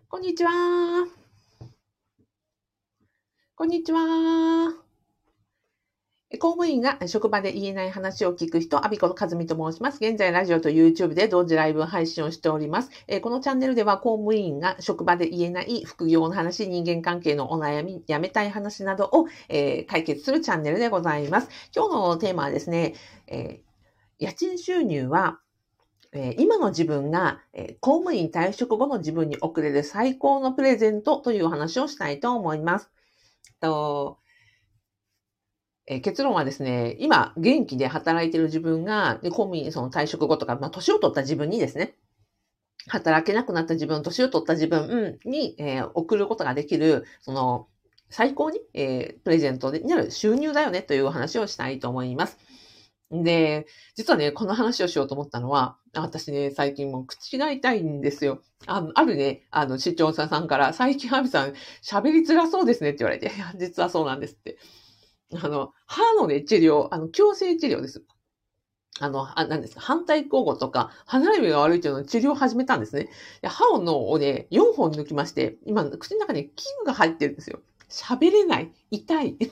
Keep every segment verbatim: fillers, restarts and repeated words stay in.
こんにちは。こんにちは。公務員が職場で言えない話を聞く人、アビコとカズミと申します。現在、ラジオと YouTube で同時ライブ配信をしております。このチャンネルでは、公務員が職場で言えない副業の話、人間関係のお悩み、辞めたい話などを解決するチャンネルでございます。今日のテーマはですね、家賃収入は今の自分が公務員退職後の自分に送れる最高のプレゼントというお話をしたいと思います。と結論はですね、今元気で働いている自分が公務員その退職後とか、まあ、年を取った自分にですね、働けなくなった自分、年を取った自分に、えー、送ることができる、その最高に、えー、プレゼントになる収入だよねというお話をしたいと思います。で、実はね、この話をしようと思ったのは、私ね、最近もう口が痛いんですよ。あの、あるね、あの、視聴者さんから、最近アビさん喋りづらそうですねって言われて、いや、実はそうなんですって。あの、歯のね、治療、あの、矯正治療です。あの、あ何ですか、反対交互とか、歯並びが悪いというのを治療を始めたんですね。で歯をのをね、よんほん抜きまして、今、口の中に器具が入ってるんですよ。喋れない。痛い。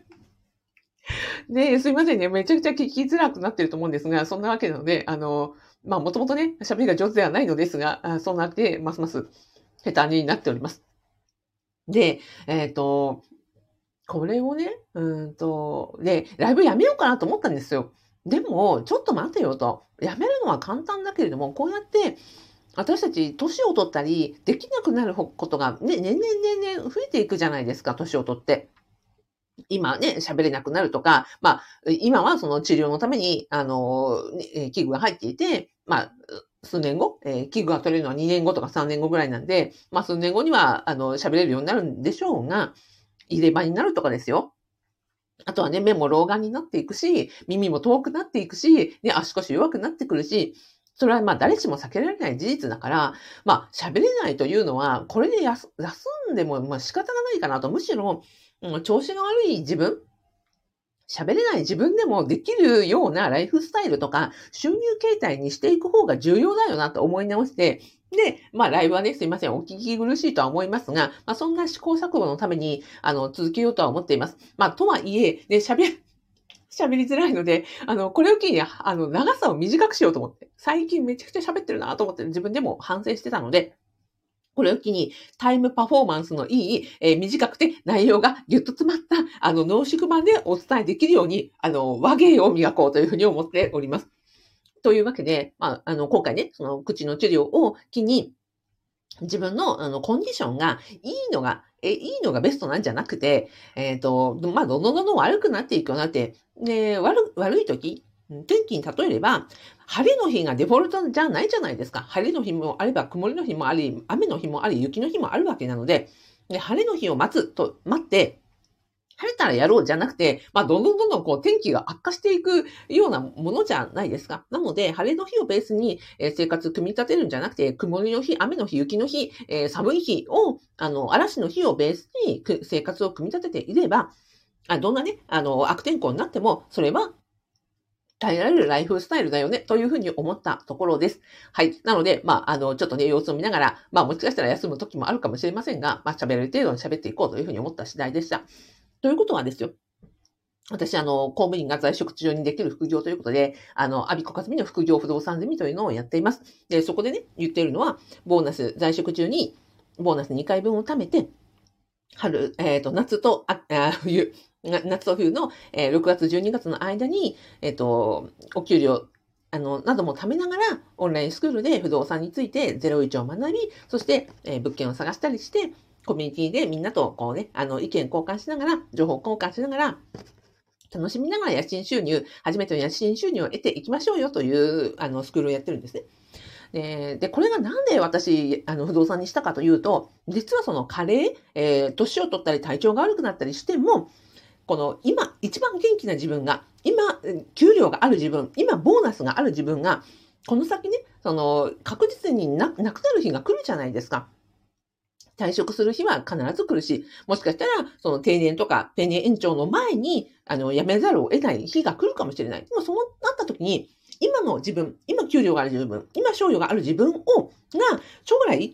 で、すいませんね。めちゃくちゃ聞きづらくなってると思うんですが、そんなわけなので、あの、まあ、もともとね、喋りが上手ではないのですが、そうなって、ますます下手になっております。で、えっと、これをね、うんと、で、ライブやめようかなと思ったんですよ。でも、ちょっと待てよと。やめるのは簡単だけれども、こうやって、私たち、年を取ったり、できなくなることが、ね、年々年々増えていくじゃないですか、年を取って。今ね、喋れなくなるとか、まあ、今はその治療のために、あの、器具が入っていて、まあ、数年後、えー、器具が取れるのはにねんごとかさんねんごぐらいなんで、まあ、数年後には、あの、喋れるようになるんでしょうが、入れ歯になるとかですよ。あとはね、目も老眼になっていくし、耳も遠くなっていくし、ね、足腰弱くなってくるし、それはまあ誰しも避けられない事実だから、まあ喋れないというのは、これで休んでもまあ仕方がないかなと、むしろ、うん、調子が悪い自分、喋れない自分でもできるようなライフスタイルとか収入形態にしていく方が重要だよなと思い直して、で、まあライブはね、すいません、お聞き苦しいとは思いますが、まあそんな試行錯誤のために、あの、続けようとは思っています。まあとはいえ、ね、喋、喋りづらいので、あの、これを機に、あの、長さを短くしようと思って、最近めちゃくちゃ喋ってるなと思って自分でも反省してたので、これを機にタイムパフォーマンスのいい、えー、短くて内容がぎゅっと詰まった、あの、濃縮版でお伝えできるように、あの、和芸を磨こうというふうに思っております。というわけで、まあ、あの、今回ね、その口の治療を機に、自分のあのコンディションがいいのが、え、いいのがベストなんじゃなくて、えっ、ー、と、まあ、どんどんどんどん悪くなっていくようになって、で、悪、悪い時、天気に例えれば、晴れの日がデフォルトじゃないじゃないですか。晴れの日もあれば、曇りの日もあり、雨の日もあり、雪の日もあるわけなので、で晴れの日を待つと、待って、晴れたらやろうじゃなくて、まあ、どんどんどんどんこう天気が悪化していくようなものじゃないですか。なので、晴れの日をベースに生活組み立てるんじゃなくて、曇りの日、雨の日、雪の日、えー、寒い日を、あの、嵐の日をベースに生活を組み立てていれば、あどんなね、あの、悪天候になっても、それは耐えられるライフスタイルだよね、というふうに思ったところです。はい。なので、まあ、あの、ちょっとね、様子を見ながら、まあ、もしかしたら休む時もあるかもしれませんが、まあ、喋れる程度に喋っていこうというふうに思った次第でした。ということはですよ。私、あの、公務員が在職中にできる副業ということで、あの、アビコカズミの副業不動産ゼミというのをやっています。で、そこでね、言っているのは、ボーナス、在職中に、ボーナスにかいぶんを貯めて、春、えっ、ー、と、夏と、あ、あ冬、夏と冬の、えー、ろくがつ、じゅうにがつの間に、えっ、ー、と、お給料、あの、なども貯めながら、オンラインスクールで不動産についてゼロイチを学び、そして、えー、物件を探したりして、コミュニティでみんなとこうね、あの、意見交換しながら、情報交換しながら、楽しみながら家賃収入、初めての家賃収入を得ていきましょうよという、あの、スクールをやってるんですね。で、でこれがなんで私、あの、不動産にしたかというと、実はその加齢、えー、年を取ったり体調が悪くなったりしても、この今、一番元気な自分が、今、給料がある自分、今、ボーナスがある自分が、この先ね、その、確実にな、なくなる日が来るじゃないですか。退職する日は必ず来るし、もしかしたら、その定年とか定年延長の前に、あの、辞めざるを得ない日が来るかもしれない。でもそうなった時に、今の自分、今給料がある自分、今賞与がある自分を、が、将来、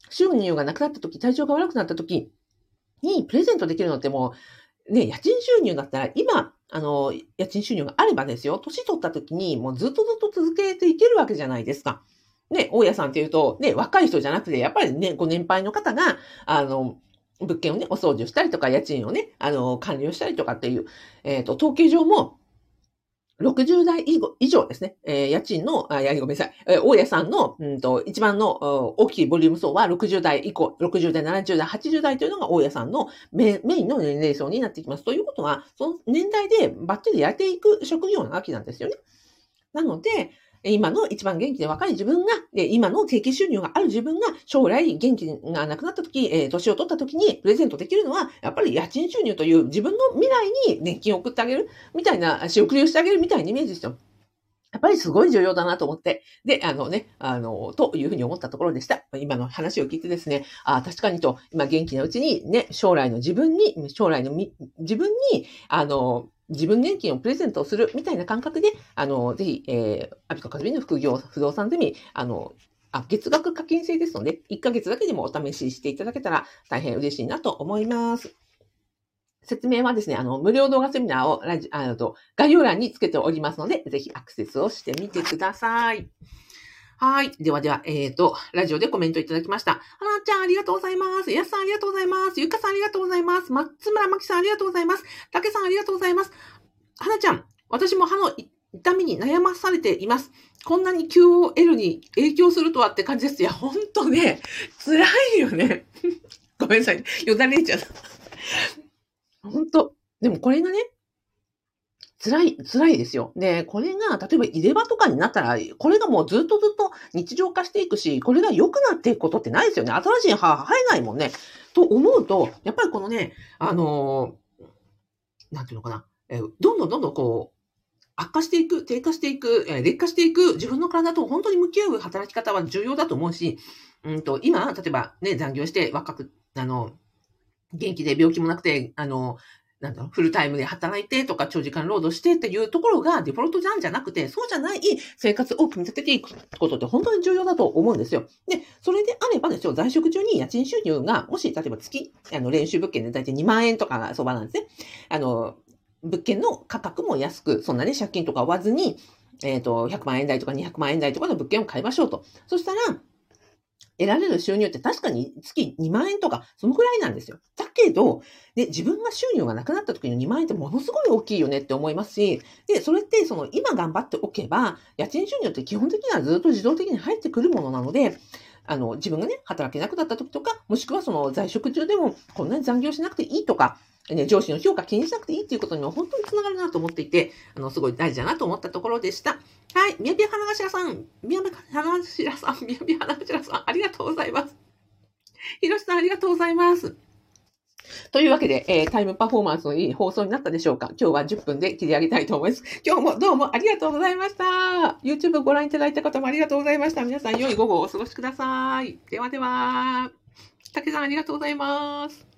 収入がなくなった時、体調が悪くなった時にプレゼントできるのってもう、ね、家賃収入だったら今、あの、家賃収入があればですよ、年取った時にもうずっとずっと続けていけるわけじゃないですか。ね、大家さんっていうと、ね、若い人じゃなくて、やっぱりね、ご年配の方が、あの、物件をね、お掃除をしたりとか、家賃をね、あの、管理をしたりとかっていう、えっと、統計上も、ろくじゅう代以以上ですね。えー家賃の、あ、いや、ごめんなさい。えー大家さんの、うんと、一番のお大きいボリューム層はろくじゅう代以降、ろくじゅう代、ななじゅう代、はちじゅう代というのが大家さんのメメインの年齢層になってきます。ということは、その年代でバッチリやっていく職業なわけなんですよね。なので、え今の一番元気で若い自分が、で今の定期収入がある自分が、将来元気がなくなった時、えー年を取った時にプレゼントできるのは、やっぱり家賃収入という自分の未来に年金を送ってあげるみたいな、仕送りをしてあげるみたいなイメージですよ。やっぱりすごい重要だなと思って。で、あのね、あの、というふうに思ったところでした。今の話を聞いてですね、あ確かにと、今元気なうちにね、将来の自分に、将来のみ自分に、あの、自分年金をプレゼントをするみたいな感覚で、あの、ぜひ、えー、アビコカズミの副業不動産ゼミ、あの、あ月額課金制ですので、いっかげつだけでもお試ししていただけたら大変嬉しいなと思います。説明はですね、あの、無料動画セミナーをラジあの概要欄につけておりますので、ぜひアクセスをしてみてください。はい。ではでは、えっ、と、ラジオでコメントいただきました。はなちゃん、ありがとうございます。やすさん、ありがとうございます。ゆかさん、ありがとうございます。松村まきさん、ありがとうございます。たけさん、ありがとうございます。はなちゃん、私も歯の痛みに悩まされています。こんなに キューオーエル に影響するとはって感じです。いや、ほんとね、辛いよね。ごめんなさい。よだれちゃった。ほんと。でもこれがね、辛い、辛いですよ。で、これが、例えば入れ歯とかになったら、これがもうずっとずっと日常化していくし、これが良くなっていくことってないですよね。新しい歯生えないもんね。と思うと、やっぱりこのね、あのーなんていうのかな、えーどんどんどんどんこう、悪化していく、低下していく、えー劣化していく自分の体と本当に向き合う働き方は重要だと思うし、うんと、今、例えばね、残業して若く、あの、元気で病気もなくて、あの、なんだろう、フルタイムで働いてとか長時間労働してっていうところがデフォルトじゃんじゃなくて、そうじゃない生活を組み立てていくことって本当に重要だと思うんですよ。で、それであればですよ、在職中に家賃収入が、もし例えば月、あの、練習物件で大体にまん円とかが相場なんですね。あの、物件の価格も安く、そんなね、借金とか負わずに、えっ、と、ひゃくまん円台とかにひゃくまん円台とかの物件を買いましょうと。そしたら、得られる収入って確かに月にまん円とか、そのくらいなんですよ。だけど、で、自分が収入がなくなった時のにまん円ってものすごい大きいよねって思いますし、で、それってその今頑張っておけば、家賃収入って基本的にはずっと自動的に入ってくるものなので、あの、自分がね、働けなくなった時とか、もしくはその在職中でもこんなに残業しなくていいとか、ね、上司の評価気にしなくていいっていうことにも本当につながるなと思っていて、あの、すごい大事だなと思ったところでした。はい。みやびや花頭さん、みやびや花頭さん、みやびや花頭さん、ありがとうございます。ひろしさん、ありがとうございます。というわけで、えータイムパフォーマンスのいい放送になったでしょうか。今日はじゅっぷんで切り上げたいと思います。今日もどうもありがとうございました。YouTube ご覧いただいた方もありがとうございました。皆さん、良い午後をお過ごしください。ではでは、たけさん、ありがとうございます。